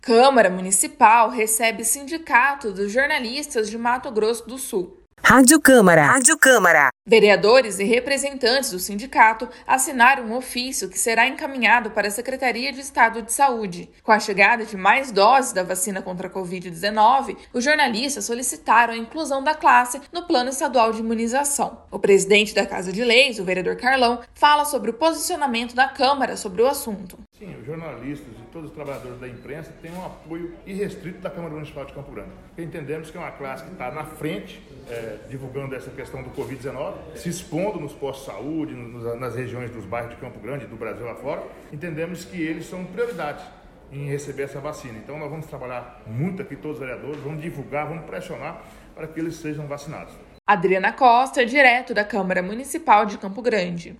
Câmara Municipal recebe Sindicato dos Jornalistas de Mato Grosso do Sul. Rádio Câmara. Vereadores e representantes do sindicato assinaram um ofício que será encaminhado para a Secretaria de Estado de Saúde. Com a chegada de mais doses da vacina contra a Covid-19, os jornalistas solicitaram a inclusão da classe no Plano Estadual de Imunização. O presidente da Casa de Leis, o vereador Carlão, fala sobre o posicionamento da Câmara sobre o assunto. Sim, os jornalistas e todos os trabalhadores da imprensa têm um apoio irrestrito da Câmara Municipal de Campo Grande. Entendemos que é uma classe que está na frente, divulgando essa questão do Covid-19, se expondo nos postos de saúde, nas regiões dos bairros de Campo Grande, do Brasil afora. Entendemos que eles são prioridade em receber essa vacina. Então nós vamos trabalhar muito aqui, todos os vereadores, vamos divulgar, vamos pressionar para que eles sejam vacinados. Adriana Costa, direto da Câmara Municipal de Campo Grande.